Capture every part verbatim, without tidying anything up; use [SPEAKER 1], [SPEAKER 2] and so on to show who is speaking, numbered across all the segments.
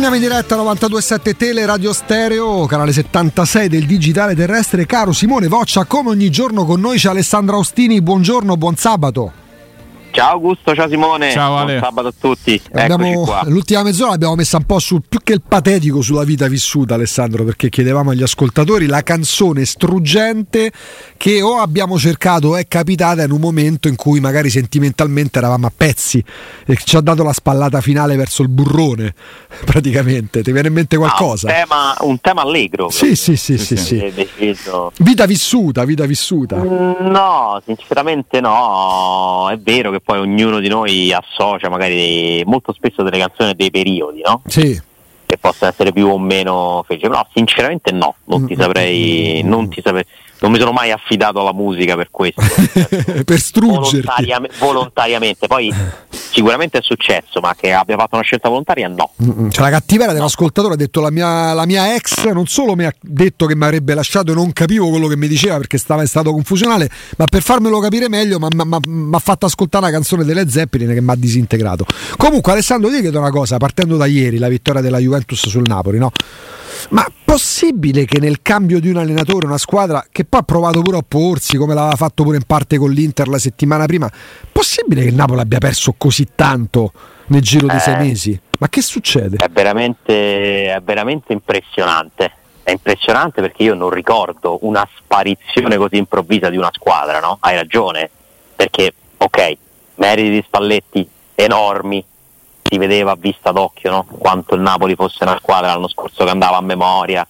[SPEAKER 1] Torniamo in diretta novantadue sette Tele Radio Stereo, canale settantasei del digitale terrestre. Caro Simone Voccia, come ogni giorno con noi c'è Alessandro Austini. Buongiorno, buon sabato.
[SPEAKER 2] Ciao Augusto, ciao Simone,
[SPEAKER 3] ciao Ale.
[SPEAKER 2] Buon sabato a tutti.
[SPEAKER 1] Abbiamo,
[SPEAKER 2] qua.
[SPEAKER 1] L'ultima mezz'ora l'abbiamo messa un po' sul più che il patetico sulla vita vissuta, Alessandro, perché chiedevamo agli ascoltatori la canzone struggente che o abbiamo cercato o è capitata in un momento in cui magari sentimentalmente eravamo a pezzi e ci ha dato la spallata finale verso il burrone, praticamente. Ti viene in mente qualcosa?
[SPEAKER 2] Ah, un, tema, un tema allegro.
[SPEAKER 1] Sì, sì, sì, sì, sì. Vita vissuta, vita vissuta.
[SPEAKER 2] No, sinceramente no, è vero che poi ognuno di noi associa magari molto spesso delle canzoni dei periodi, no?
[SPEAKER 1] Sì.
[SPEAKER 2] Che possono essere più o meno felici. No, sinceramente no, non ti saprei, non ti saprei, non mi sono mai affidato alla musica per questo.
[SPEAKER 1] Per struggerti.
[SPEAKER 2] Volontariam- volontariamente, poi sicuramente è successo, ma che abbia fatto una scelta volontaria no.
[SPEAKER 1] Cioè la cattiveria dell'ascoltatore ha detto la mia, la mia ex non solo mi ha detto che mi avrebbe lasciato e non capivo quello che mi diceva perché stava in stato confusionale, ma per farmelo capire meglio mi ha fatto ascoltare una canzone delle Zeppelin che mi ha disintegrato. Comunque Alessandro, ti chiedo una cosa, partendo da ieri, la vittoria della Juventus sul Napoli, no? Ma possibile che nel cambio di un allenatore una squadra che poi ha provato pure a opporsi, come l'aveva fatto pure in parte con l'Inter la settimana prima, possibile che il Napoli abbia perso così tanto nel giro di eh, sei mesi? Ma che succede?
[SPEAKER 2] È veramente, è veramente impressionante. È impressionante perché io non ricordo una sparizione così improvvisa di una squadra, no? Hai ragione, perché ok, meriti di Spalletti enormi, si vedeva a vista d'occhio, no? Quanto il Napoli fosse una squadra l'anno scorso che andava a memoria,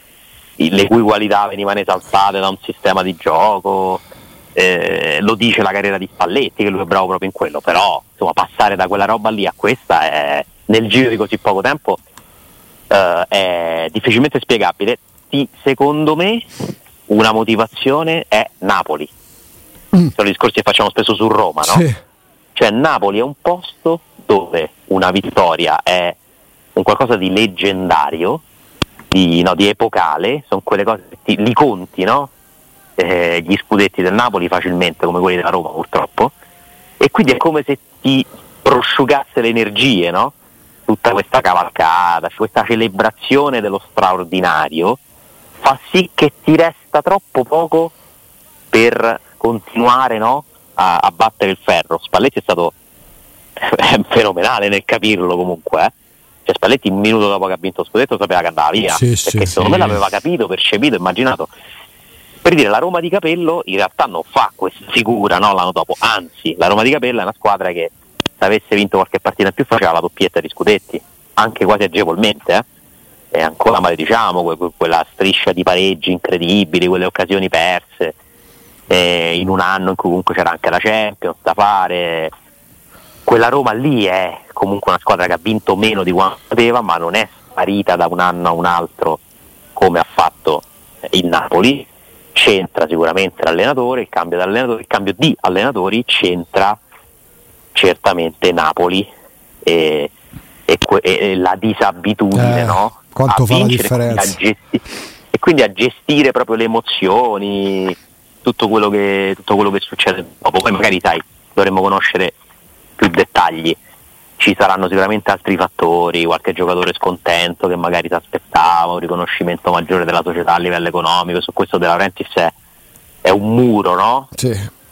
[SPEAKER 2] le cui qualità venivano esaltate da un sistema di gioco, eh, lo dice la carriera di Spalletti che lui è bravo proprio in quello, però insomma passare da quella roba lì a questa è, nel giro di così poco tempo eh, è difficilmente spiegabile. Sì, secondo me una motivazione è Napoli, mm. sono discorsi che facciamo spesso su Roma, no?
[SPEAKER 1] Sì.
[SPEAKER 2] Cioè Napoli è un posto dove una vittoria è un qualcosa di leggendario, di, no, di epocale, sono quelle cose che ti, li conti, no? Eh, gli scudetti del Napoli facilmente come quelli della Roma purtroppo, e quindi è come se ti prosciugasse le energie, no? Tutta questa cavalcata, questa celebrazione dello straordinario fa sì che ti resta troppo poco per continuare, no? a, a battere il ferro. Spalletti è stato è fenomenale nel capirlo comunque, eh? Cioè Spalletti un minuto dopo che ha vinto lo scudetto sapeva che andava via,
[SPEAKER 1] sì,
[SPEAKER 2] perché
[SPEAKER 1] sì,
[SPEAKER 2] secondo
[SPEAKER 1] sì.
[SPEAKER 2] me l'aveva capito, percepito, immaginato. Per dire, la Roma di Capello in realtà non fa questa figura, no, l'anno dopo, anzi la Roma di Capello è una squadra che se avesse vinto qualche partita in più faceva la doppietta di scudetti, anche quasi agevolmente, eh? E ancora malediciamo que- quella striscia di pareggi incredibili, quelle occasioni perse, eh, in un anno in cui comunque c'era anche la Champions da fare. Quella Roma lì è comunque una squadra che ha vinto meno di quanto sapeva, ma non è sparita da un anno a un altro come ha fatto il Napoli. C'entra sicuramente l'allenatore, il cambio d'allenatore, il cambio di allenatori, c'entra certamente Napoli e, e, que- e la disabitudine,
[SPEAKER 1] eh,
[SPEAKER 2] no?
[SPEAKER 1] Quanto
[SPEAKER 2] a
[SPEAKER 1] fa la
[SPEAKER 2] vincere,
[SPEAKER 1] differenza?
[SPEAKER 2] a gesti- e quindi a gestire proprio le emozioni, tutto quello che tutto quello che succede dopo. Poi magari sai, dovremmo conoscere più dettagli, ci saranno sicuramente altri fattori, qualche giocatore scontento che magari si aspettava un riconoscimento maggiore della società a livello economico. Su questo De Laurentiis è, è un muro, no?
[SPEAKER 1] Sì.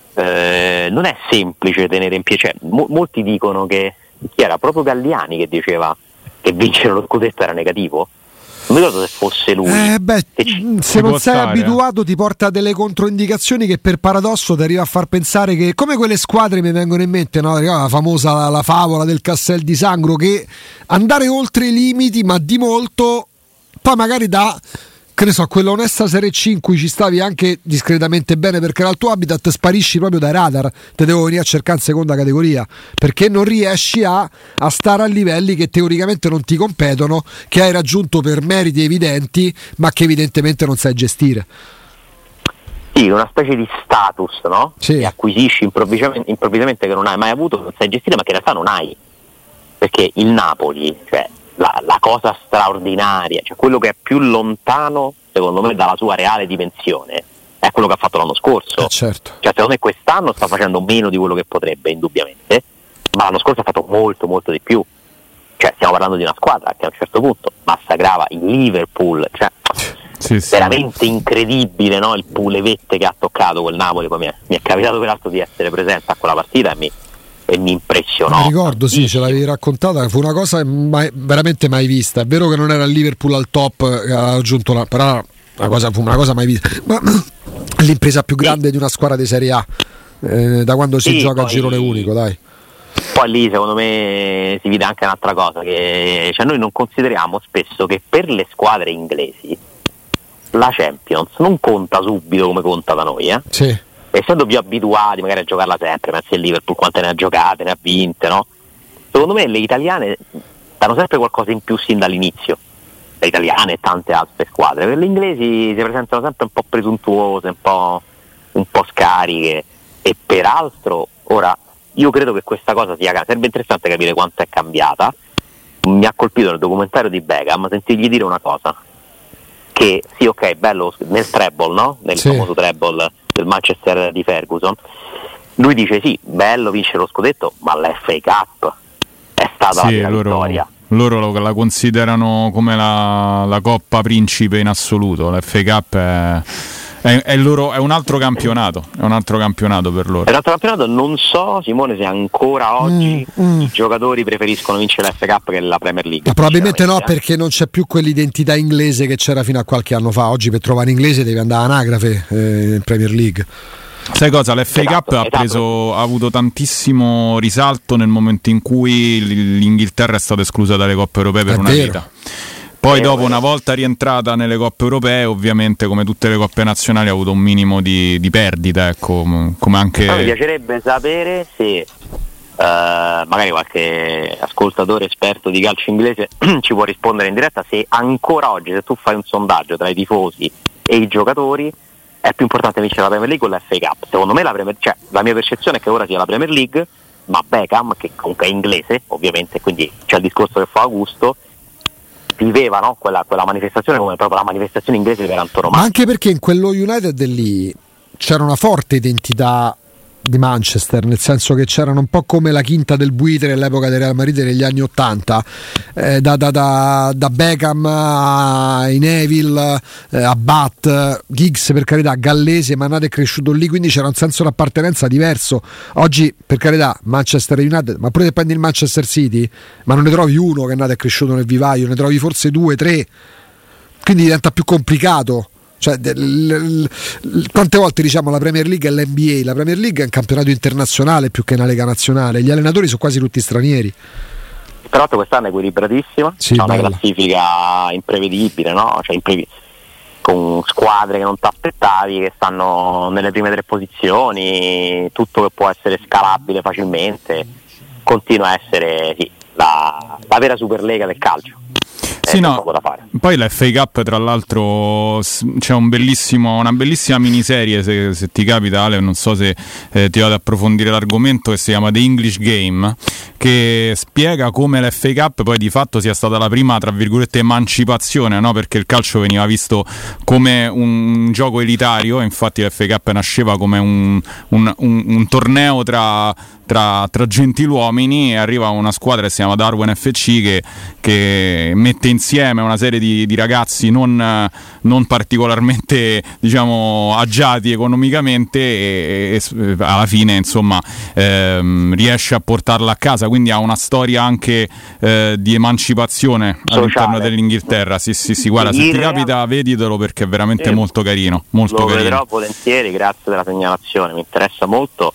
[SPEAKER 2] Eh, non è semplice tenere in piedi, cioè, mo- molti dicono che chi era proprio Galliani che diceva che vincere lo scudetto era negativo. Non mi ricordo se fosse lui.
[SPEAKER 1] Eh beh,
[SPEAKER 2] ci...
[SPEAKER 1] se non sei
[SPEAKER 3] stare,
[SPEAKER 1] abituato ti porta delle controindicazioni che per paradosso ti arriva a far pensare che, come quelle squadre mi vengono in mente, no? La famosa la, la favola del Castel di Sangro, che andare oltre i limiti ma di molto poi magari da, che ne so, quella onesta Serie C in cui ci stavi anche discretamente bene perché era il tuo habitat, sparisci proprio dai radar, te devo venire a cercare in seconda categoria perché non riesci a, a stare a livelli che teoricamente non ti competono, che hai raggiunto per meriti evidenti ma che evidentemente non sai gestire.
[SPEAKER 2] Sì, una specie di status, no?
[SPEAKER 1] Sì.
[SPEAKER 2] Che acquisisci improvvisamente, improvvisamente che non hai mai avuto, non sai gestire, ma che in realtà non hai, perché il Napoli, cioè La, la cosa straordinaria, cioè quello che è più lontano secondo me dalla sua reale dimensione è quello che ha fatto l'anno scorso.
[SPEAKER 1] Eh certo.
[SPEAKER 2] Cioè secondo me quest'anno sta facendo meno di quello che potrebbe indubbiamente, ma l'anno scorso ha fatto molto molto di più. cioè stiamo parlando di una squadra che a un certo punto massacrava il Liverpool, cioè
[SPEAKER 3] sì, sì.
[SPEAKER 2] veramente incredibile, no? Il pulevette che ha toccato quel Napoli. Poi mi è, mi è capitato peraltro di essere presente a quella partita e mi, e mi impressionò.
[SPEAKER 1] Mi ricordo, sì, ce l'avevi raccontata, fu una cosa mai, veramente mai vista. È vero che non era il Liverpool al top, ha aggiunto la, però una cosa, fu una cosa mai vista, ma l'impresa più grande di una squadra di Serie A eh, da quando si
[SPEAKER 2] sì,
[SPEAKER 1] gioca
[SPEAKER 2] poi,
[SPEAKER 1] a girone unico, dai.
[SPEAKER 2] Poi lì secondo me si vede anche un'altra cosa, che cioè noi non consideriamo spesso che per le squadre inglesi la Champions non conta subito come conta da noi, eh?
[SPEAKER 1] Sì.
[SPEAKER 2] Essendo più abituati magari a giocarla sempre, pensi il Liverpool quante ne ha giocate, ne ha vinte, no? Secondo me le italiane danno sempre qualcosa in più sin dall'inizio, le italiane e tante altre squadre. Per gli inglesi si presentano sempre un po' presuntuose, un po', un po' scariche, e peraltro ora io credo che questa cosa sia, sarebbe interessante capire quanto è cambiata. Mi ha colpito nel documentario di Beckham sentirgli dire una cosa, che sì, ok, bello nel treble, no? Nel
[SPEAKER 1] sì.
[SPEAKER 2] famoso treble del Manchester di Ferguson, lui dice sì, bello vincere lo scudetto, ma l'F A Cup è stata
[SPEAKER 3] sì,
[SPEAKER 2] la
[SPEAKER 3] loro,
[SPEAKER 2] vittoria.
[SPEAKER 3] Loro la considerano come la, la Coppa Principe in assoluto. L'F A Cup è, è, è, loro, è un altro campionato, è un altro campionato per loro.
[SPEAKER 2] È un altro campionato, non so, Simone, se ancora oggi mm, mm. i giocatori preferiscono vincere l'F A Cup che la Premier League.
[SPEAKER 1] Ma probabilmente no, perché non c'è più quell'identità inglese che c'era fino a qualche anno fa. Oggi per trovare inglese devi andare anagrafe eh, in Premier League.
[SPEAKER 3] Sai cosa? L'F A
[SPEAKER 2] esatto,
[SPEAKER 3] Cup ha, preso, esatto. ha avuto tantissimo risalto nel momento in cui l'Inghilterra è stata esclusa dalle coppe europee per è una vero. vita. Poi dopo, una volta rientrata nelle coppe europee, ovviamente come tutte le coppe nazionali ha avuto un minimo di, di perdita, ecco, come anche...
[SPEAKER 2] Mi piacerebbe sapere se uh, magari qualche ascoltatore esperto di calcio inglese ci può rispondere in diretta, se ancora oggi, se tu fai un sondaggio tra i tifosi e i giocatori, è più importante vincere la Premier League o la F A Cup. Secondo me la Premier, cioè, la mia percezione è che ora sia la Premier League, ma Beckham, che comunque è inglese ovviamente, quindi c'è il discorso che fa Augusto, viveva, no? quella, quella manifestazione come proprio la manifestazione inglese per antonomasia.
[SPEAKER 1] Ma anche perché in quello United lì c'era una forte identità di Manchester, nel senso che c'erano un po' come la quinta del buitre all'epoca del Real Madrid negli anni ottanta, eh, da, da, da, da Beckham a Neville, eh, a Bat, Giggs per carità, gallese ma nato e cresciuto lì, quindi c'era un senso di appartenenza diverso. Oggi per carità Manchester United, ma pure se prendi il Manchester City, ma non ne trovi uno che è nato e cresciuto nel vivaio, ne trovi forse due, tre, quindi diventa più complicato. Cioè, l- l- l- tante volte diciamo la Premier League è l'N B A, la Premier League è un campionato internazionale più che una lega nazionale, gli allenatori sono quasi tutti stranieri.
[SPEAKER 2] Peraltro quest'anno è equilibratissima,
[SPEAKER 1] sì,
[SPEAKER 2] c'è una classifica imprevedibile, no? Cioè, imprevi- con squadre che non ti aspettavi, che stanno nelle prime tre posizioni, tutto che può essere scalabile facilmente, continua a essere sì, la, la vera Superlega del calcio.
[SPEAKER 3] Sì, no. Poi la F A Cup tra l'altro c'è un bellissimo, una bellissima miniserie, se, se ti capita Ale, non so se eh, ti vado ad approfondire l'argomento, che si chiama The English Game, che spiega come la F A Cup poi di fatto sia stata la prima, tra virgolette, emancipazione, no? Perché il calcio veniva visto come un gioco elitario, infatti la F A Cup nasceva come un, un, un, un torneo tra Tra, tra gentiluomini, e arriva una squadra che si chiama Darwen F C che, che mette insieme una serie di, di ragazzi non, non particolarmente diciamo agiati economicamente e, e alla fine insomma ehm, riesce a portarla a casa, quindi ha una storia anche eh, di emancipazione all'interno sociale dell'Inghilterra. Sì sì sì, guarda, se ti capita veditelo perché è veramente eh, molto carino, molto
[SPEAKER 2] lo
[SPEAKER 3] carino.
[SPEAKER 2] Vedrò volentieri, grazie della segnalazione, mi interessa molto.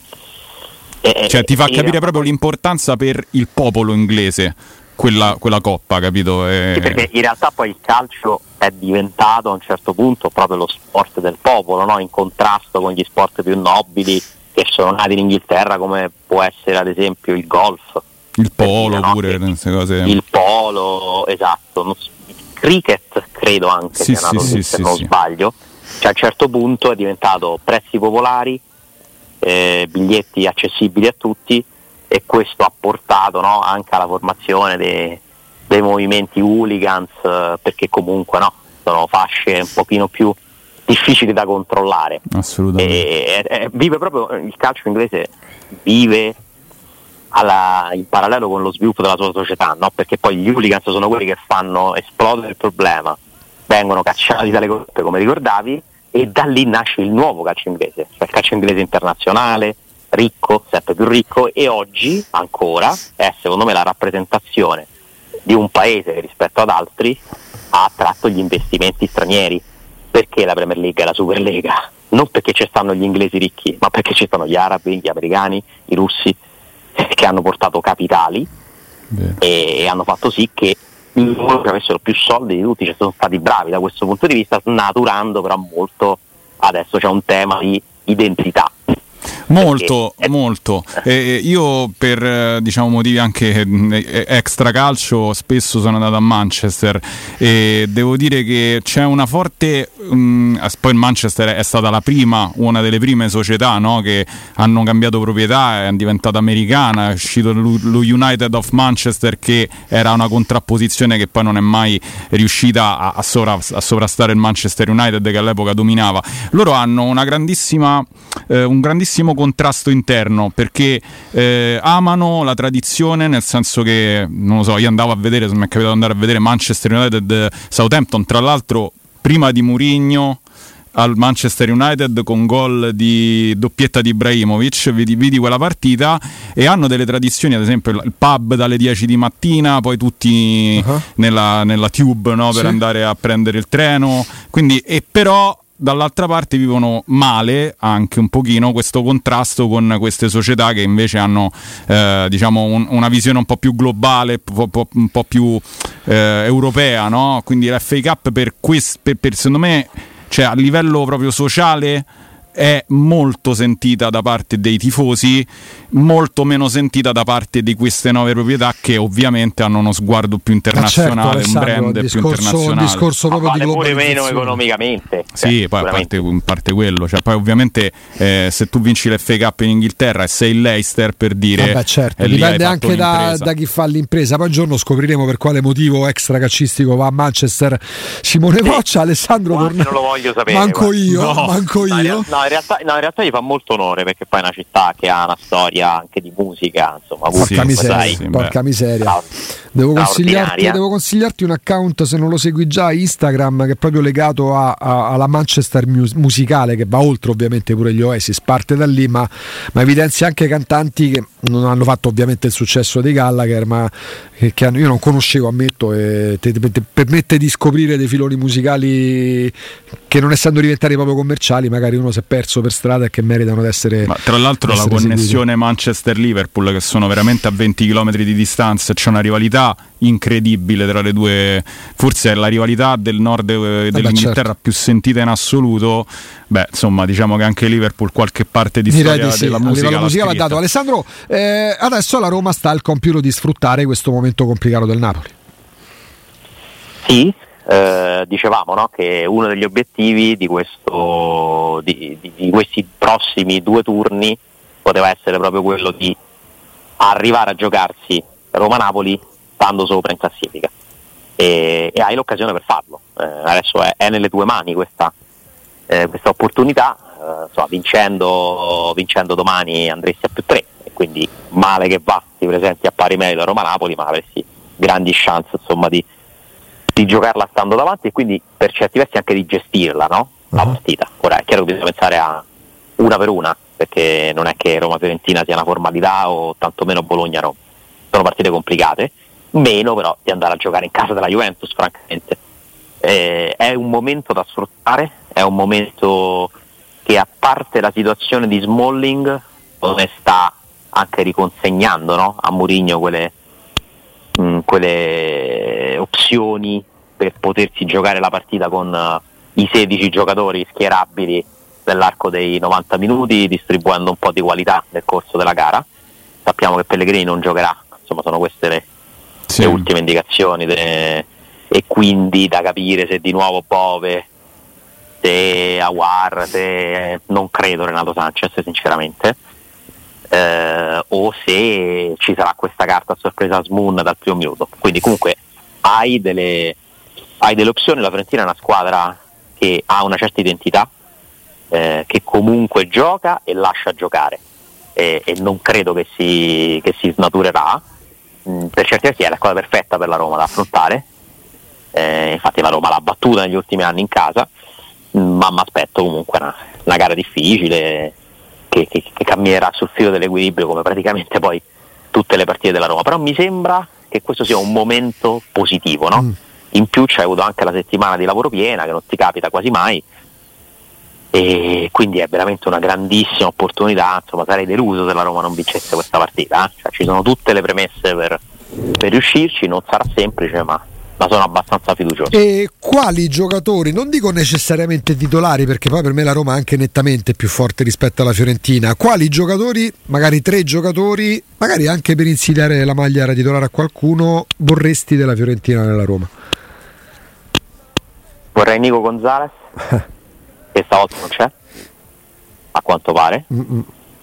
[SPEAKER 3] Eh, cioè ti fa capire proprio l'importanza per il popolo inglese quella, quella coppa, capito? Eh...
[SPEAKER 2] Sì, perché in realtà poi il calcio è diventato a un certo punto proprio lo sport del popolo, no? In contrasto con gli sport più nobili che sono nati in Inghilterra, come può essere ad esempio il golf,
[SPEAKER 3] il polo
[SPEAKER 2] dire,
[SPEAKER 3] pure,
[SPEAKER 2] no?
[SPEAKER 3] queste cose.
[SPEAKER 2] Il polo, esatto, il cricket credo anche
[SPEAKER 3] sì,
[SPEAKER 2] sia nato
[SPEAKER 3] sì,
[SPEAKER 2] lì,
[SPEAKER 3] sì,
[SPEAKER 2] se non
[SPEAKER 3] sì.
[SPEAKER 2] sbaglio, cioè a un certo punto è diventato prezzi popolari, Eh, biglietti accessibili a tutti, e questo ha portato, no, anche alla formazione dei, dei movimenti hooligans, eh, perché comunque no, sono fasce un pochino più difficili da controllare.
[SPEAKER 3] Assolutamente.
[SPEAKER 2] E, e, e vive proprio il calcio inglese, vive alla, in parallelo con lo sviluppo della sua società, no? Perché poi gli hooligans sono quelli che fanno esplodere il problema, vengono cacciati dalle coppe come ricordavi, e da lì nasce il nuovo calcio inglese, cioè il calcio inglese internazionale, ricco, sempre più ricco, e oggi ancora è secondo me la rappresentazione di un paese che rispetto ad altri ha attratto gli investimenti stranieri. Perché la Premier League è la Superlega? Non perché ci stanno gli inglesi ricchi, ma perché ci stanno gli arabi, gli americani, i russi, che hanno portato capitali e, e hanno fatto sì che loro avessero più soldi di tutti, cioè sono stati bravi da questo punto di vista, snaturando però molto. Adesso c'è un tema di identità.
[SPEAKER 3] Molto, perché... molto. Eh, io per diciamo motivi anche eh, extra calcio spesso sono andato a Manchester e devo dire che c'è una forte mh, poi il Manchester è stata la prima, una delle prime società, no, che hanno cambiato proprietà, è diventata americana, è uscito lo United of Manchester, che era una contrapposizione che poi non è mai riuscita a, a, sovra, a sovrastare il Manchester United, che all'epoca dominava. Loro hanno una grandissima eh, un grandissimo contrasto interno, perché eh, amano la tradizione, nel senso che, non lo so, io andavo a vedere, mi è capitato di andare a vedere Manchester United Southampton, tra l'altro prima di Mourinho al Manchester United, con gol di doppietta di Ibrahimovic, vidi, vidi quella partita, e hanno delle tradizioni, ad esempio il pub dalle dieci di mattina, poi tutti uh-huh. nella, nella tube, no, per sì. andare a prendere il treno, quindi, e però dall'altra parte vivono male anche un pochino questo contrasto con queste società che invece hanno eh, diciamo un, una visione un po' più globale, un po', un po' più eh, europea, no? Quindi l'F A Cup per, quest, per, per secondo me, cioè a livello proprio sociale è molto sentita da parte dei tifosi, molto meno sentita da parte di queste nuove proprietà che ovviamente hanno uno sguardo più internazionale, certo, un brand
[SPEAKER 1] discorso,
[SPEAKER 3] più internazionale.
[SPEAKER 1] Un discorso proprio
[SPEAKER 2] vale
[SPEAKER 1] di
[SPEAKER 2] pure meno economicamente.
[SPEAKER 3] Sì,
[SPEAKER 2] cioè,
[SPEAKER 3] poi a parte, a parte quello, cioè, poi ovviamente eh, se tu vinci l'F A Cup in Inghilterra e sei il Leicester, per dire,
[SPEAKER 1] vabbè, certo, dipende anche da, da chi fa l'impresa. Poi un giorno scopriremo per quale motivo extra calcistico va a Manchester Simone sì. Voccia. Alessandro torna...
[SPEAKER 2] non lo voglio sapere,
[SPEAKER 1] manco
[SPEAKER 2] guarda.
[SPEAKER 1] io,
[SPEAKER 3] no.
[SPEAKER 1] manco io.
[SPEAKER 2] No, no, in realtà, no, in realtà gli fa molto onore, perché poi è una città che ha una storia anche di musica, insomma.
[SPEAKER 1] Porca
[SPEAKER 2] sì,
[SPEAKER 1] miseria, sì, porca miseria. Devo consigliarti, devo consigliarti un account, se non lo segui già, Instagram, che è proprio legato a, a, alla Manchester mus- musicale, che va oltre ovviamente pure gli Oasis, parte da lì, ma, ma evidenzia anche cantanti che non hanno fatto ovviamente il successo dei Gallagher, ma che, che hanno, io non conoscevo, ammetto, e te, te, te permette di scoprire dei filoni musicali che, non essendo diventati proprio commerciali, magari uno si è perso per strada e che meritano di essere. Ma
[SPEAKER 3] tra l'altro la connessione Manchester-Liverpool, che sono veramente a venti chilometri di distanza, c'è una rivalità incredibile tra le due, forse è la rivalità del nord dell'Inghilterra, certo, più sentita in assoluto. Beh, insomma, diciamo che anche Liverpool qualche parte di
[SPEAKER 1] Direi
[SPEAKER 3] storia
[SPEAKER 1] di sì.
[SPEAKER 3] della musica
[SPEAKER 1] la musica
[SPEAKER 3] l'ha
[SPEAKER 1] l'ha dato. Alessandro, eh, adesso la Roma sta al compito di sfruttare questo momento complicato del Napoli.
[SPEAKER 2] Sì, eh, dicevamo, no, che uno degli obiettivi di questo di, di, di questi prossimi due turni poteva essere proprio quello di arrivare a giocarsi Roma-Napoli stando sopra in classifica, e, e hai l'occasione per farlo. Eh, adesso è, è nelle tue mani questa, eh, questa opportunità. Eh, insomma, vincendo, vincendo domani andresti a più tre, e quindi male che va ti presenti a pari merito a Roma-Napoli, ma avresti grandi chance, insomma, di, di giocarla stando davanti, e quindi per certi versi anche di gestirla, no? La partita. Ora è chiaro che bisogna pensare a una per una, perché non è che Roma-Fiorentina sia una formalità, o tantomeno Bologna-Roma. Sono partite complicate, meno però di andare a giocare in casa della Juventus, francamente. Eh, è un momento da sfruttare, è un momento che, a parte la situazione di Smalling, dove sta anche riconsegnando, no, a Mourinho quelle, mh, quelle opzioni per potersi giocare la partita con uh, i sedici giocatori schierabili nell'arco dei novanta minuti, distribuendo un po' di qualità nel corso della gara. Sappiamo che Pellegrini non giocherà, insomma, sono queste le, sì. le ultime indicazioni de, e quindi da capire se di nuovo Bove, se Aouar, se non credo Renato Sanchez sinceramente, eh, o se ci sarà questa carta a sorpresa Smoon dal primo minuto. Quindi comunque hai delle, hai delle opzioni. La Fiorentina è una squadra che ha una certa identità, eh, che comunque gioca e lascia giocare, e, e non credo che si, che si snaturerà. Mm, per certi versi è la squadra perfetta per la Roma da affrontare, eh, infatti la Roma l'ha battuta negli ultimi anni in casa, mm, ma mi aspetto comunque una, una gara difficile che, che, che camminerà sul filo dell'equilibrio come praticamente poi tutte le partite della Roma, però mi sembra che questo sia un momento positivo, no? Mm. In più c'hai avuto anche la settimana di lavoro piena che non ti capita quasi mai, e quindi è veramente una grandissima opportunità. Insomma, sarei deluso se la Roma non vincesse questa partita, eh? Cioè, ci sono tutte le premesse per, per riuscirci, non sarà semplice, ma, ma sono abbastanza fiducioso.
[SPEAKER 1] E quali giocatori, non dico necessariamente titolari, perché poi per me la Roma è anche nettamente più forte rispetto alla Fiorentina, quali giocatori, magari tre giocatori, magari anche per insidiare la maglia da titolare a qualcuno, vorresti della Fiorentina nella Roma?
[SPEAKER 2] Vorrei Nico Gonzalez che stavolta non c'è, a quanto pare. uh,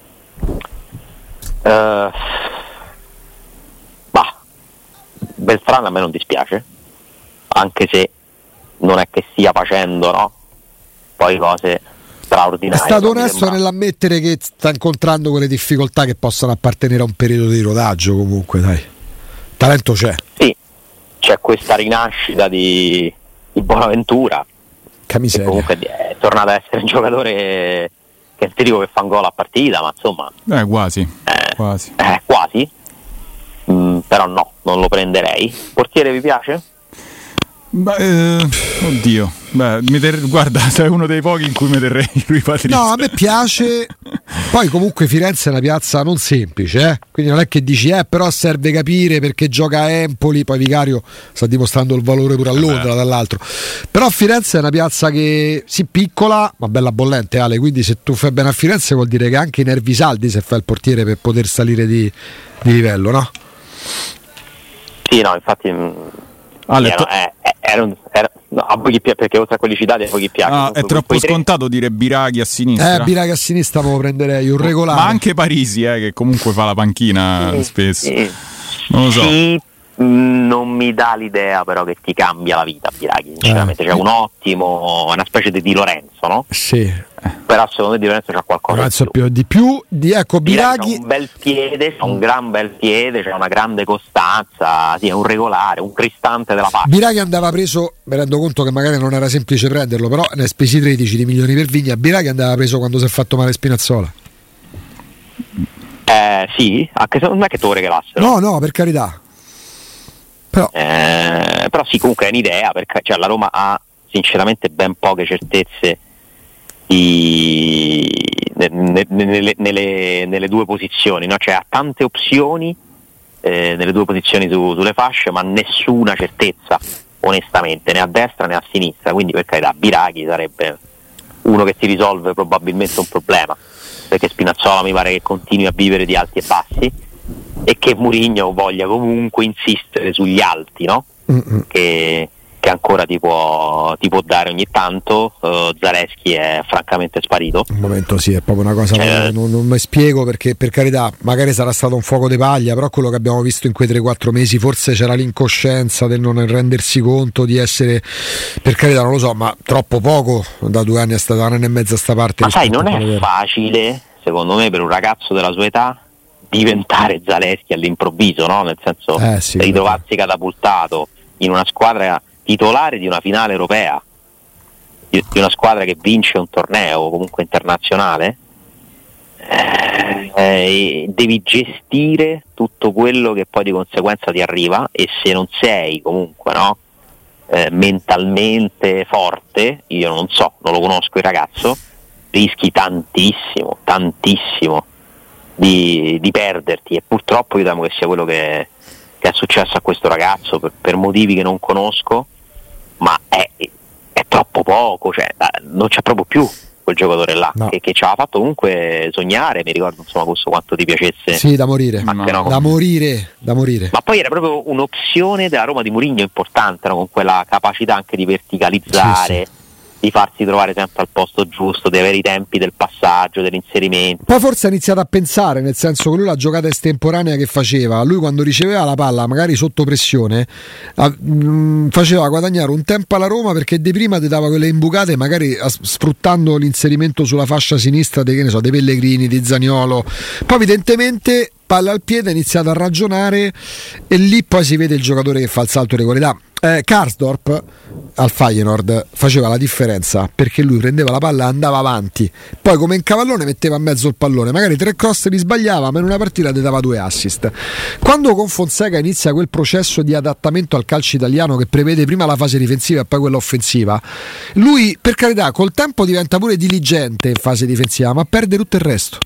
[SPEAKER 2] bah Beltrán a me non dispiace, anche se non è che stia facendo, no, poi cose straordinarie.
[SPEAKER 1] È stato onesto nell'ammettere che sta incontrando quelle difficoltà che possono appartenere a un periodo di rodaggio. Comunque dai, talento c'è.
[SPEAKER 2] Sì, c'è questa rinascita di di Bonaventura, che comunque è tornato a essere un giocatore che ti dico che fa un gol a partita, ma insomma
[SPEAKER 3] eh, quasi
[SPEAKER 2] eh,
[SPEAKER 3] quasi,
[SPEAKER 2] eh, quasi. Mm, però no, non lo prenderei. Portiere vi piace?
[SPEAKER 3] Beh, eh, oddio, beh, mi ter- guarda, sei uno dei pochi in cui mi terrei lui Patrizio.
[SPEAKER 1] No, a me piace. Poi comunque Firenze è una piazza non semplice, eh? Quindi non è che dici eh però serve capire perché gioca a Empoli, poi Vicario sta dimostrando il valore pure a Londra, eh. dall'altro. Però Firenze è una piazza che sì, piccola ma bella bollente, Ale, quindi se tu fai bene a Firenze vuol dire che anche i nervi saldi se fai il portiere per poter salire di, di livello, no?
[SPEAKER 2] Sì, no, infatti Ale, era, to- eh, era un, era, no, a voi chi piace, perché oltre a quelli citati a voi chi piace.
[SPEAKER 3] Ah, è troppo scontato tre... dire Biraghi a sinistra.
[SPEAKER 1] Eh, Biraghi a sinistra me lo prenderei, un regolare.
[SPEAKER 3] Ma anche Parisi, eh, che comunque fa la panchina sì, spesso. Sì. Non lo so.
[SPEAKER 2] Sì, non mi dà l'idea però che ti cambia la vita Biraghi, sinceramente. Eh. C'è un ottimo, una specie di Di Lorenzo, no?
[SPEAKER 1] Sì.
[SPEAKER 2] Però secondo me Di Lorenzo c'ha qualcosa
[SPEAKER 1] Lorenzo
[SPEAKER 2] di più.
[SPEAKER 1] di più di ecco Biraghi
[SPEAKER 2] c'ha un bel piede, c'ha un gran bel piede, c'ha una grande costanza, sì, è un regolare, un cristante della parte.
[SPEAKER 1] Biraghi andava preso, mi rendo conto che magari non era semplice prenderlo, però ne spesi tredici di milioni per Vigna. Biraghi andava preso quando si è fatto male Spinazzola.
[SPEAKER 2] Eh sì, anche se non è che te lo regalassero.
[SPEAKER 1] No, no, per carità. Però,
[SPEAKER 2] eh, però sì, comunque è un'idea, perché cioè, la Roma ha sinceramente ben poche certezze di, nelle, nelle, nelle, nelle due posizioni, no? Cioè ha tante opzioni eh, nelle due posizioni su, sulle fasce, ma nessuna certezza onestamente, né a destra né a sinistra, quindi per carità Biraghi sarebbe uno che ti risolve probabilmente un problema, perché Spinazzola mi pare che continui a vivere di alti e bassi e che Mourinho voglia comunque insistere sugli alti, no? Che, che ancora ti può, ti può dare ogni tanto. uh, Zalewski è francamente sparito.
[SPEAKER 1] Un momento sì, è proprio una cosa eh, non, non mi spiego, perché per carità magari sarà stato un fuoco di paglia, però quello che abbiamo visto in quei tre quattro mesi forse c'era l'incoscienza del non rendersi conto di essere, per carità non lo so, ma troppo poco da due anni a sta, un anno e mezzo a sta parte.
[SPEAKER 2] Ma sai, non è facile secondo me per un ragazzo della sua età diventare Zalewski all'improvviso, no? Nel senso
[SPEAKER 1] eh, sì,
[SPEAKER 2] ritrovarsi catapultato in una squadra titolare di una finale europea, di una squadra che vince un torneo comunque internazionale, eh, eh, devi gestire tutto quello che poi di conseguenza ti arriva, e se non sei comunque, no, eh, mentalmente forte, io non so, non lo conosco il ragazzo, rischi tantissimo, tantissimo di, di perderti, e purtroppo io temo che sia quello che, che è successo a questo ragazzo per, per motivi che non conosco, ma è, è troppo poco, cioè non c'è proprio più quel giocatore là, no, che, che ci aveva fatto comunque sognare. Mi ricordo insomma questo quanto ti piacesse.
[SPEAKER 1] Sì, da morire,
[SPEAKER 2] no,
[SPEAKER 1] no, da morire, da morire.
[SPEAKER 2] Ma poi era proprio un'opzione della Roma di Mourinho importante, no? Con quella capacità anche di verticalizzare, sì, sì, di farsi trovare sempre al posto giusto, di avere i tempi del passaggio, dell'inserimento.
[SPEAKER 1] Poi forse ha iniziato a pensare, nel senso che lui la giocata estemporanea che faceva, lui quando riceveva la palla magari sotto pressione a, mh, faceva guadagnare un tempo alla Roma, perché di prima ti dava quelle imbucate magari a, sfruttando l'inserimento sulla fascia sinistra dei, che ne so, dei Pellegrini, di Zaniolo. Poi evidentemente palla al piede, ha iniziato a ragionare e lì poi si vede il giocatore che fa il salto di qualità. eh, Karsdorp al Feyenoord faceva la differenza perché lui prendeva la palla e andava avanti, poi come in cavallone metteva a mezzo il pallone, magari tre cross li sbagliava ma in una partita ti dava due assist. Quando con Fonseca inizia quel processo di adattamento al calcio italiano che prevede prima la fase difensiva e poi quella offensiva, lui per carità col tempo diventa pure diligente in fase difensiva ma perde tutto il resto.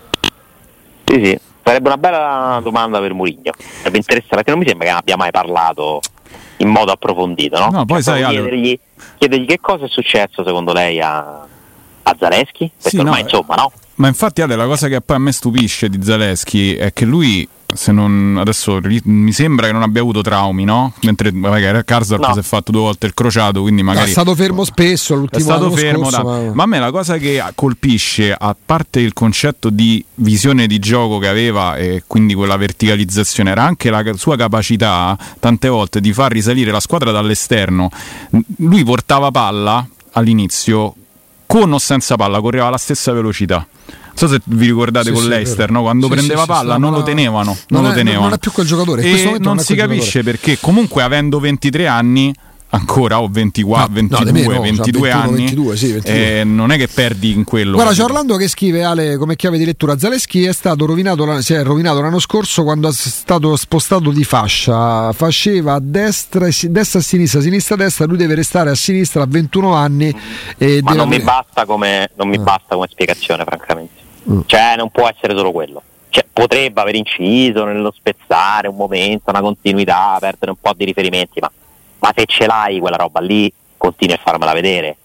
[SPEAKER 2] Sì, sì, sarebbe una bella domanda per Mourinho, sarebbe interessante, perché non mi sembra che ne abbia mai parlato in modo approfondito, no?
[SPEAKER 3] No, poi
[SPEAKER 2] cioè,
[SPEAKER 3] sai,
[SPEAKER 2] chiedergli, chiedergli che cosa è successo secondo lei a, a Zalewski, perché
[SPEAKER 3] sì,
[SPEAKER 2] ormai
[SPEAKER 3] no,
[SPEAKER 2] insomma, no?
[SPEAKER 3] Ma infatti Ale, la cosa che poi a me stupisce di Zalewski è che lui, se non adesso mi sembra che non abbia avuto traumi, no? Mentre magari Karsdorp no. si è fatto due volte il crociato, quindi magari
[SPEAKER 1] è stato fermo spesso l'ultimo
[SPEAKER 3] è stato
[SPEAKER 1] anno
[SPEAKER 3] fermo
[SPEAKER 1] scorso,
[SPEAKER 3] da...
[SPEAKER 1] ma...
[SPEAKER 3] ma a me la cosa che colpisce, a parte il concetto di visione di gioco che aveva e quindi quella verticalizzazione, era anche la sua capacità tante volte di far risalire la squadra dall'esterno. Lui portava palla all'inizio con o senza palla, correva alla stessa velocità. Non so se vi ricordate sì, con sì, l'Eister, no? Quando sì, prendeva sì, palla sì, non, lo tenevano, non, non lo tenevano.
[SPEAKER 1] Non è più quel giocatore.
[SPEAKER 3] E non, non si capisce giocatore. Perché comunque avendo ventitré anni ancora o ventiquattro, no, ventidue, no, meno, ventidue cioè ventuno, anni ventidue, sì, ventidue. Eh, non è che perdi in quello.
[SPEAKER 1] Guarda, c'è Orlando che scrive, Ale, come chiave di lettura: Zalewski è stato rovinato, si è rovinato l'anno scorso quando è stato spostato di fascia, faceva a destra, destra a sinistra, sinistra a destra, lui deve restare a sinistra a ventuno anni e
[SPEAKER 2] ma
[SPEAKER 1] deve
[SPEAKER 2] non
[SPEAKER 1] avere...
[SPEAKER 2] mi basta come non mi ah. basta come spiegazione, francamente. Mm. Cioè non può essere solo quello, cioè, potrebbe aver inciso nello spezzare un momento, una continuità, perdere un po' di riferimenti, ma, ma se ce l'hai quella roba lì continui a farmela vedere.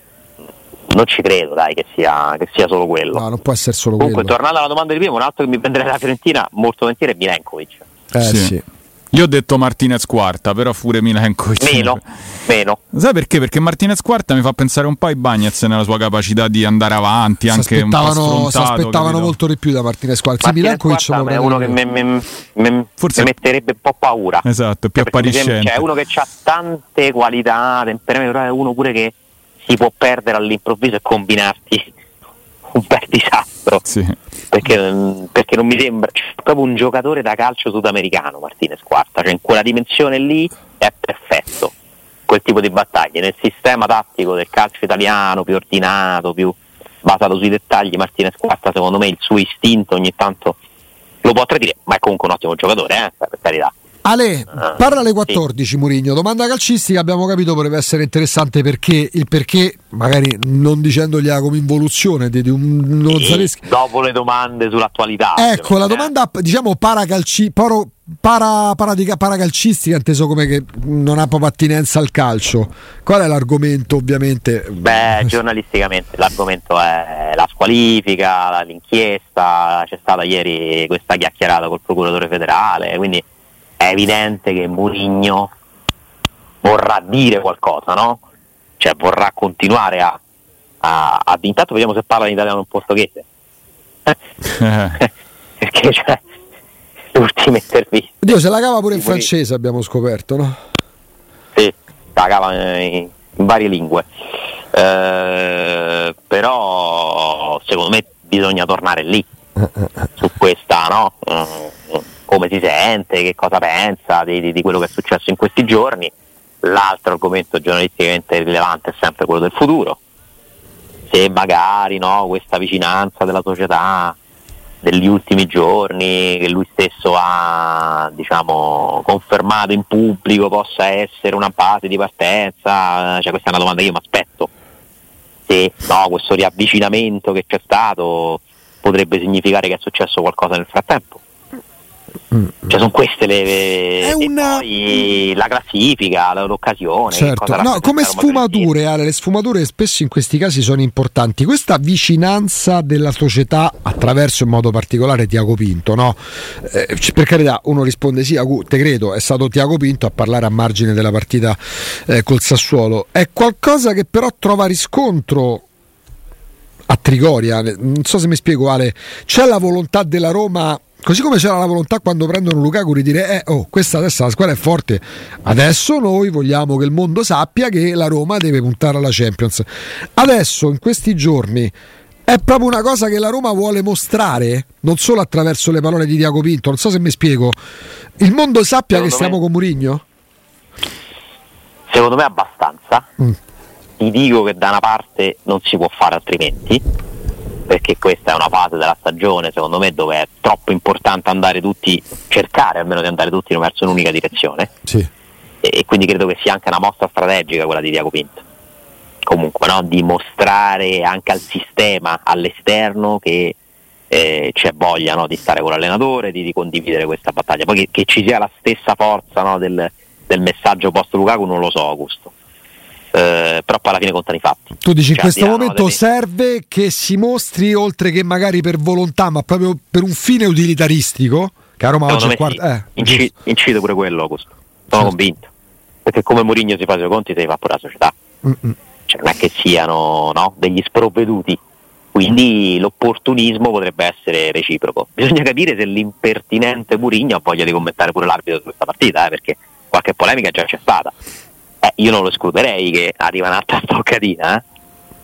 [SPEAKER 2] Non ci credo, dai, che sia, che sia solo quello.
[SPEAKER 1] No, non può essere solo
[SPEAKER 2] Comunque,
[SPEAKER 1] quello.
[SPEAKER 2] tornando alla domanda di prima, un altro che mi prenderà la Fiorentina molto volentieri è Milenkovic.
[SPEAKER 1] Eh sì, sì.
[SPEAKER 3] Io ho detto Martinez quarta, però pure Milenkovic.
[SPEAKER 2] Meno, meno.
[SPEAKER 3] Sai perché? Perché Martinez quarta mi fa pensare un po' ai Bagnez nella sua capacità di andare avanti, anche un po' sfrontato.
[SPEAKER 1] Si aspettavano capito? molto di più da Martinez quarta. Sì,
[SPEAKER 2] Milenkovic è uno che me, me, me, Forse... mi metterebbe un po' paura.
[SPEAKER 3] Esatto, è più appariscente.
[SPEAKER 2] Cioè, è uno che ha tante qualità, temperamento, è uno pure che si può perdere all'improvviso e combinarti un bel disastro.
[SPEAKER 3] Sì.
[SPEAKER 2] Perché, perché non mi sembra, cioè, proprio un giocatore da calcio sudamericano Martinez quarta, cioè in quella dimensione lì è perfetto quel tipo di battaglie, nel sistema tattico del calcio italiano più ordinato, più basato sui dettagli. Martinez quarta secondo me il suo istinto ogni tanto lo può tradire, ma è comunque un ottimo giocatore, eh, per carità.
[SPEAKER 1] Ale, parla alle quattordici, sì. Mourinho, domanda calcistica, abbiamo capito potrebbe essere interessante perché il perché, magari non dicendogli come involuzione di, di un
[SPEAKER 2] sì, dopo le domande sull'attualità.
[SPEAKER 1] Ecco, la domanda diciamo paracalci, paro, para, para, paracalcistica, inteso come che non ha proprio attinenza al calcio. Qual è l'argomento, ovviamente?
[SPEAKER 2] Beh, giornalisticamente l'argomento è la squalifica, l'inchiesta, c'è stata ieri questa chiacchierata col procuratore federale, quindi è evidente che Mourinho vorrà dire qualcosa, no? Cioè vorrà continuare a, a, a intanto vediamo se parla in italiano o in portoghese. Perché cioè le ultime interviste.
[SPEAKER 1] Dio, se la cava pure in francese, abbiamo scoperto, no?
[SPEAKER 2] Sì, la cava in, in varie lingue. Eh, però secondo me bisogna tornare lì su questa, no? Eh, come si sente, che cosa pensa di, di, di quello che è successo in questi giorni. L'altro argomento giornalisticamente rilevante è sempre quello del futuro, se magari no, questa vicinanza della società degli ultimi giorni che lui stesso ha diciamo confermato in pubblico possa essere una base di partenza. Cioè, questa è una domanda che io mi aspetto, se no, questo riavvicinamento che c'è stato potrebbe significare che è successo qualcosa nel frattempo. Mm. Cioè sono queste le,
[SPEAKER 1] è una...
[SPEAKER 2] poi la classifica, l'occasione.
[SPEAKER 1] Certo. No, come sfumature, Ale, le sfumature spesso in questi casi sono importanti. Questa vicinanza della società attraverso in modo particolare Tiago Pinto, no? Eh, per carità, uno risponde sì, te credo, è stato Tiago Pinto a parlare a margine della partita eh, col Sassuolo. È qualcosa che però trova riscontro a Trigoria, non so se mi spiego, Ale. C'è la volontà della Roma, così come c'era la volontà quando prendono Lukaku di dire eh, oh, questa adesso la squadra è forte, adesso noi vogliamo che il mondo sappia che la Roma deve puntare alla Champions. Adesso in questi giorni è proprio una cosa che la Roma vuole mostrare, non solo attraverso le parole di Tiago Pinto, non so se mi spiego, il mondo sappia secondo che stiamo me, con Mourinho?
[SPEAKER 2] Secondo me abbastanza. mm. Ti dico che da una parte non si può fare altrimenti, perché questa è una fase della stagione secondo me dove è troppo importante andare tutti, cercare almeno di andare tutti verso un'unica direzione.
[SPEAKER 1] Sì.
[SPEAKER 2] e, e quindi credo che sia anche una mossa strategica quella di Tiago Pinto, comunque, no? Di mostrare anche al sistema, all'esterno, che eh, c'è voglia, no? Di stare con l'allenatore, di, di condividere questa battaglia. Poi che, che ci sia la stessa forza, no? del, del messaggio post Lukaku non lo so, Augusto. Eh, però poi alla fine contano i fatti.
[SPEAKER 1] Tu dici, cioè, in questo momento
[SPEAKER 2] delle...
[SPEAKER 1] serve che si mostri, oltre che magari per volontà, ma proprio per un fine utilitaristico, che a Roma
[SPEAKER 2] secondo
[SPEAKER 1] oggi è
[SPEAKER 2] quarta...
[SPEAKER 1] sì. eh,
[SPEAKER 2] Inci... incide pure quello, Augusto. Sono certo. convinto, perché come Mourinho si fa i suoi conti, si fa pure la società. Mm-mm. Cioè, non è che siano, no, degli sprovveduti, quindi l'opportunismo potrebbe essere reciproco. Bisogna capire se l'impertinente Mourinho ha voglia di commentare pure l'arbitro di questa partita, eh, perché qualche polemica già c'è stata. Eh, io non lo escluderei che arriva un'altra stoccatina, eh?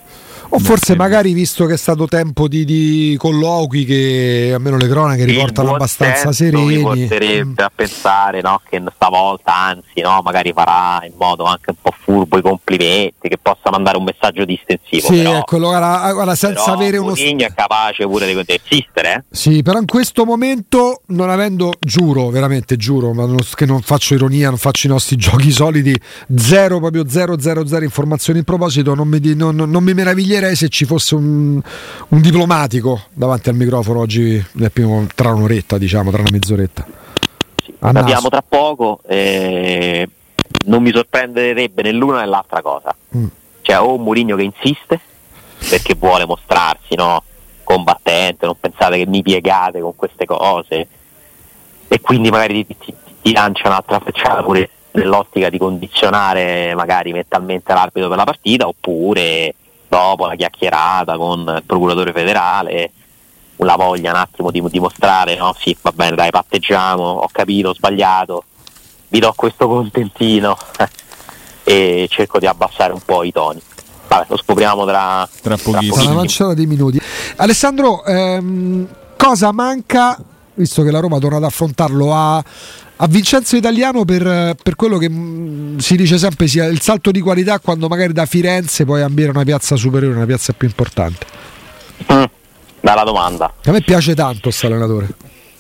[SPEAKER 1] O forse magari, visto che è stato tempo di, di colloqui che almeno le cronache riportano abbastanza sereni,
[SPEAKER 2] mi porterebbe mm. a pensare, no, che stavolta anzi, no, magari farà in modo anche un po' furbo i complimenti, che possa mandare un messaggio distensivo.
[SPEAKER 1] Sì,
[SPEAKER 2] però,
[SPEAKER 1] ecco, guarda, guarda, senza
[SPEAKER 2] però
[SPEAKER 1] avere uno
[SPEAKER 2] Mourinho è capace pure di, di esistere, eh?
[SPEAKER 1] Sì, però in questo momento, non avendo, giuro, veramente giuro, ma non, che non faccio ironia, non faccio i nostri giochi solidi, zero, proprio zero, zero, zero informazioni in proposito, non mi, non, non mi meraviglierei se ci fosse un, un diplomatico davanti al microfono oggi nel primo, tra un'oretta, diciamo, tra una mezz'oretta.
[SPEAKER 2] Sì, abbiamo tra poco, eh, non mi sorprenderebbe né l'una né l'altra cosa. Mm. Cioè, o un Mourinho che insiste perché vuole mostrarsi, no, combattente, non pensate che mi piegate con queste cose, e quindi magari ti, ti, ti lancia un'altra frecciata pure nell'ottica di condizionare magari mentalmente l'arbitro per la partita, oppure dopo la chiacchierata con il procuratore federale, la voglia un attimo di dimostrare, no, sì, va bene, dai, patteggiamo, ho capito, ho sbagliato, vi do questo contentino e cerco di abbassare un po' i toni. Vabbè, lo scopriamo tra,
[SPEAKER 3] tra pochissimo.
[SPEAKER 1] Tra una manciata di minuti. Alessandro, ehm, cosa manca, visto che la Roma torna ad affrontarlo, a a Vincenzo Italiano per, per quello che mh, si dice sempre sia il salto di qualità quando magari da Firenze puoi ambire una piazza superiore, una piazza più importante?
[SPEAKER 2] Mm, bella domanda.
[SPEAKER 1] A me piace tanto questo allenatore.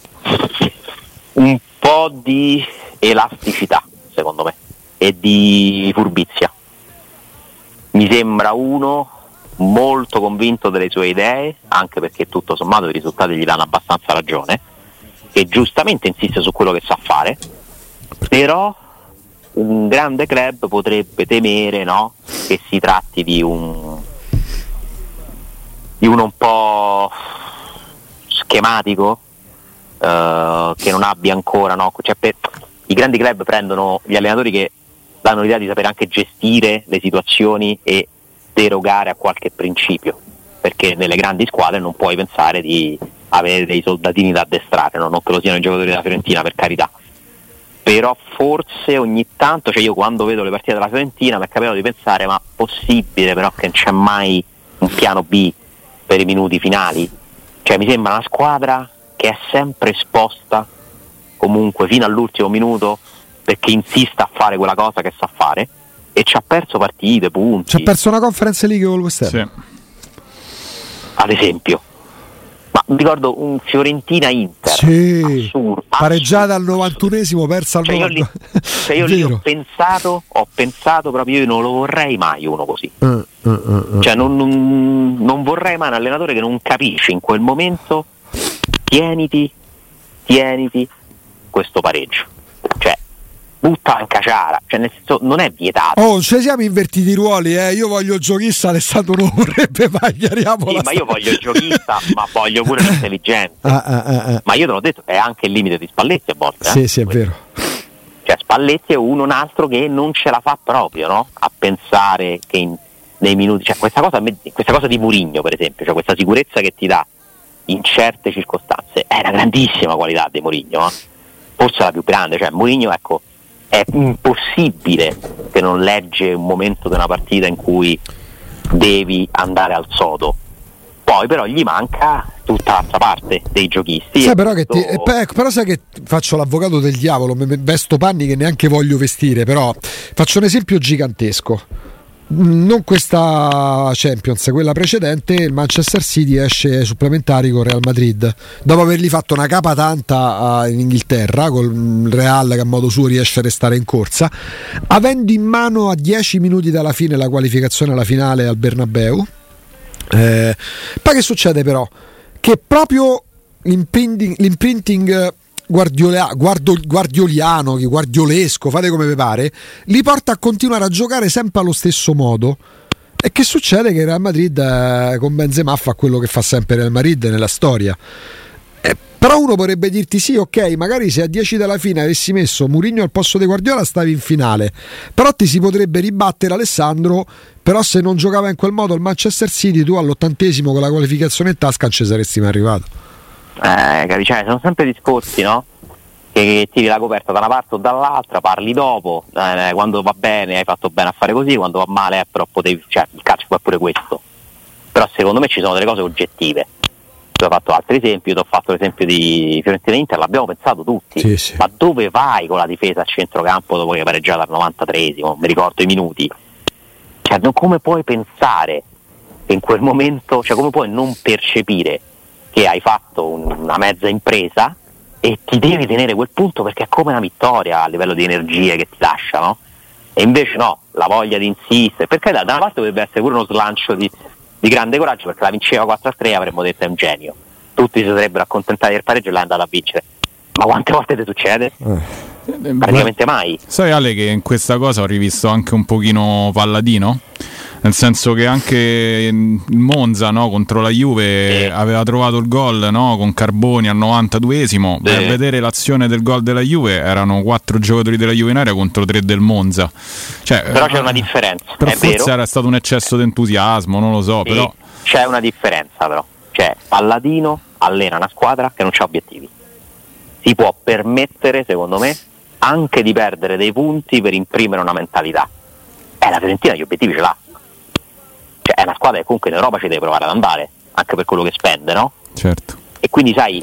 [SPEAKER 2] Un po' di elasticità, secondo me, e di furbizia. Mi sembra uno molto convinto delle sue idee, anche perché tutto sommato i risultati gli danno abbastanza ragione, che giustamente insiste su quello che sa fare, però un grande club potrebbe temere, no, che si tratti di un di uno un po' schematico, uh, che non abbia ancora, no, cioè per, i grandi club prendono gli allenatori che danno l'idea di sapere anche gestire le situazioni e derogare a qualche principio, perché nelle grandi squadre non puoi pensare di avere dei soldatini da addestrare, no? Non che lo siano i giocatori della Fiorentina, per carità, però forse ogni tanto, cioè io quando vedo le partite della Fiorentina mi è capitato di pensare, ma possibile però che non c'è mai un piano B per i minuti finali? Cioè mi sembra una squadra che è sempre esposta comunque fino all'ultimo minuto, perché insista a fare quella cosa che sa fare, e ci ha perso partite, punti.
[SPEAKER 1] Ci ha perso una Conference League con West Ham,
[SPEAKER 3] sì.
[SPEAKER 2] Ad esempio. Ma mi ricordo un Fiorentina-Inter,
[SPEAKER 1] sì,
[SPEAKER 2] assurdo,
[SPEAKER 1] pareggiata al novantunesimo, persa al
[SPEAKER 2] cioè io lì, cioè io lì ho pensato, ho pensato proprio, io non lo vorrei mai uno così. Uh, uh, uh, uh. Cioè non, non, non vorrei mai un allenatore che non capisce in quel momento, tieniti, tieniti, questo pareggio, cioè butta in caciara, cioè nel senso non è vietato.
[SPEAKER 1] Oh, ci siamo invertiti i ruoli, eh? Io voglio il giochista, Alessandro non vorrebbe, ma chiariamo.
[SPEAKER 2] Sì, ma io voglio il giochista, ma voglio pure l'intelligente.
[SPEAKER 1] Ah, ah, ah, ah.
[SPEAKER 2] Ma io te l'ho detto, è anche il limite di Spalletti a volte.
[SPEAKER 1] Sì,
[SPEAKER 2] eh?
[SPEAKER 1] sì, è vero.
[SPEAKER 2] Cioè Spalletti è uno un altro che non ce la fa proprio, no? A pensare che in, nei minuti, cioè questa cosa, questa cosa di Mourinho per esempio, cioè questa sicurezza che ti dà in certe circostanze, è una grandissima qualità di Mourinho, eh? Forse la più grande, cioè Mourinho, ecco, è impossibile che non legge un momento di una partita in cui devi andare al sodo. Poi però gli manca tutta l'altra parte dei giochisti.
[SPEAKER 1] Sai però, che ti, eh, però sai che faccio l'avvocato del diavolo, mi vesto panni che neanche voglio vestire, però faccio un esempio gigantesco. Non questa Champions, quella precedente, il Manchester City esce ai supplementari con Real Madrid dopo avergli fatto una capa tanta in Inghilterra col Real che a modo suo riesce a restare in corsa, avendo in mano a dieci minuti dalla fine la qualificazione alla finale al Bernabeu. Eh, poi che succede però? Che proprio l'imprinting, l'imprinting Guardiola, guardo, guardioliano, guardiolesco, fate come vi pare, li porta a continuare a giocare sempre allo stesso modo. E che succede? Che il Real Madrid eh, con Benzema fa quello che fa sempre il Real Madrid nella storia. Eh, però uno potrebbe dirti sì, ok, magari se a dieci dalla fine avessi messo Mourinho al posto di Guardiola stavi in finale, però ti si potrebbe ribattere Alessandro, però se non giocava in quel modo il Manchester City tu all'ottantesimo con la qualificazione in tasca non ci saresti mai arrivato.
[SPEAKER 2] Eh, capi? Cioè, sono sempre discorsi, no? Che, che tiri la coperta da una parte o dall'altra, parli dopo, eh, quando va bene hai fatto bene a fare così, quando va male eh, però potevi, cioè il calcio fa pure questo. Però secondo me ci sono delle cose oggettive. Tu hai fatto altri esempi, io ti ho fatto l'esempio di Fiorentina e Inter, l'abbiamo pensato tutti,
[SPEAKER 1] sì, sì.
[SPEAKER 2] Ma dove vai con la difesa a centrocampo dopo che hai pareggiato al novantatreesimo, mi ricordo i minuti? Cioè, non, come puoi pensare che in quel momento, cioè come puoi non percepire che hai fatto una mezza impresa e ti devi tenere quel punto perché è come una vittoria a livello di energie che ti lasciano, e invece no, la voglia di insistere, perché da una parte dovrebbe essere pure uno slancio di, di grande coraggio, perché la vinceva quattro a tre avremmo detto è un genio, tutti si sarebbero accontentati del pareggio e l'è andata a vincere, ma quante volte ti succede? Eh. Praticamente mai.
[SPEAKER 3] Sai Ale che in questa cosa ho rivisto anche un pochino Palladino? Nel senso che anche il Monza, no, contro la Juve, sì, aveva trovato il gol, no, con Carboni al novantaduesimo. Sì. Per vedere l'azione del gol della Juve erano quattro giocatori della Juve in area contro tre del Monza. Cioè,
[SPEAKER 2] però c'è una differenza.
[SPEAKER 3] Però
[SPEAKER 2] è
[SPEAKER 3] forse
[SPEAKER 2] vero.
[SPEAKER 3] Era stato un eccesso di entusiasmo, non lo so. Sì, però
[SPEAKER 2] c'è una differenza però. Cioè, Palladino allena una squadra che non ha obiettivi. Si può permettere, secondo me, anche di perdere dei punti per imprimere una mentalità. Eh, la Fiorentina gli obiettivi ce l'ha. Cioè è una squadra che comunque in Europa ci deve provare ad andare, anche per quello che spende, no?
[SPEAKER 3] Certo.
[SPEAKER 2] E quindi sai,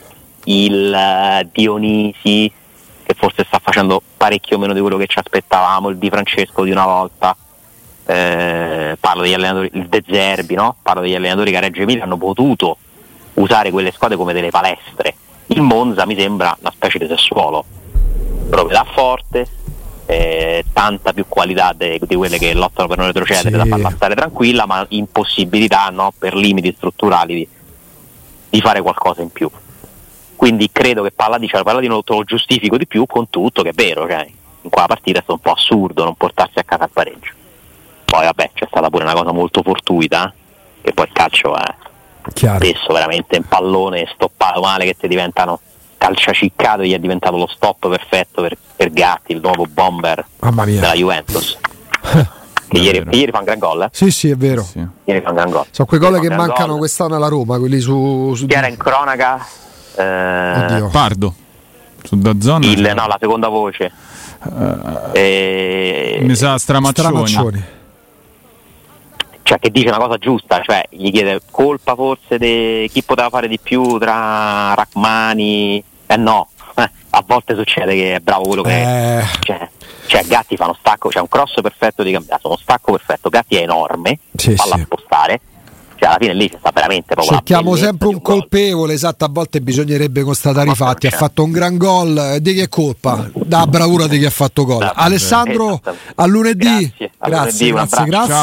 [SPEAKER 2] il uh, Dionisi, che forse sta facendo parecchio meno di quello che ci aspettavamo, il Di Francesco di una volta, eh, parlo degli allenatori, il De Zerbi, no? Parlo degli allenatori che a Reggio Emilia hanno potuto usare quelle squadre come delle palestre. Il Monza mi sembra una specie di sessuolo, proprietà forte, Eh, tanta più qualità de, di quelle che lottano per non retrocedere, sì, da farla stare tranquilla, ma impossibilità, no, per limiti strutturali di, di fare qualcosa in più. Quindi credo che Palladino, cioè, Palladino te lo giustifico di più, con tutto che è vero, cioè, in quella partita è stato un po' assurdo non portarsi a casa il pareggio. Poi vabbè, c'è stata pure una cosa molto fortuita, eh, che poi il calcio è
[SPEAKER 1] chiaro,
[SPEAKER 2] spesso veramente un pallone stoppato male che ti diventano calciaciccato, gli è diventato lo stop perfetto per, per Gatti, il nuovo bomber della Juventus. Che ieri, che ieri fa un gran gol, eh?
[SPEAKER 1] Sì, sì, è vero.
[SPEAKER 2] Sì. Ieri fa un gran gol.
[SPEAKER 1] Sono quei gol che mancano goal. Quest'anno alla Roma, quelli su. su
[SPEAKER 2] Chi era in cronaca? Eh,
[SPEAKER 3] Pardo. Su da zona.
[SPEAKER 2] Il, no, la seconda voce. Uh, e...
[SPEAKER 3] Mi sa Stramaccioni. Stramaccioni.
[SPEAKER 2] Cioè, che dice una cosa giusta, cioè gli chiede colpa forse di chi poteva fare di più tra Rachmani. Eh no, eh, a volte succede che è bravo quello che
[SPEAKER 1] eh.
[SPEAKER 2] è. Cioè, cioè Gatti fa uno stacco, c'è un cross perfetto di Cambiaso, uno stacco perfetto, Gatti è enorme,
[SPEAKER 1] sì,
[SPEAKER 2] falla
[SPEAKER 1] sì.
[SPEAKER 2] spostare, cioè alla fine lì ci sta veramente proprio.
[SPEAKER 1] Cerchiamo sempre un, un colpevole, esatto, a volte bisognerebbe constatare i fatti. Ha fatto un gran gol, di che è colpa? Da bravura di chi ha fatto gol. Alessandro, a lunedì.
[SPEAKER 2] Grazie, a
[SPEAKER 1] grazie,
[SPEAKER 2] lunedì,
[SPEAKER 1] grazie, grazie.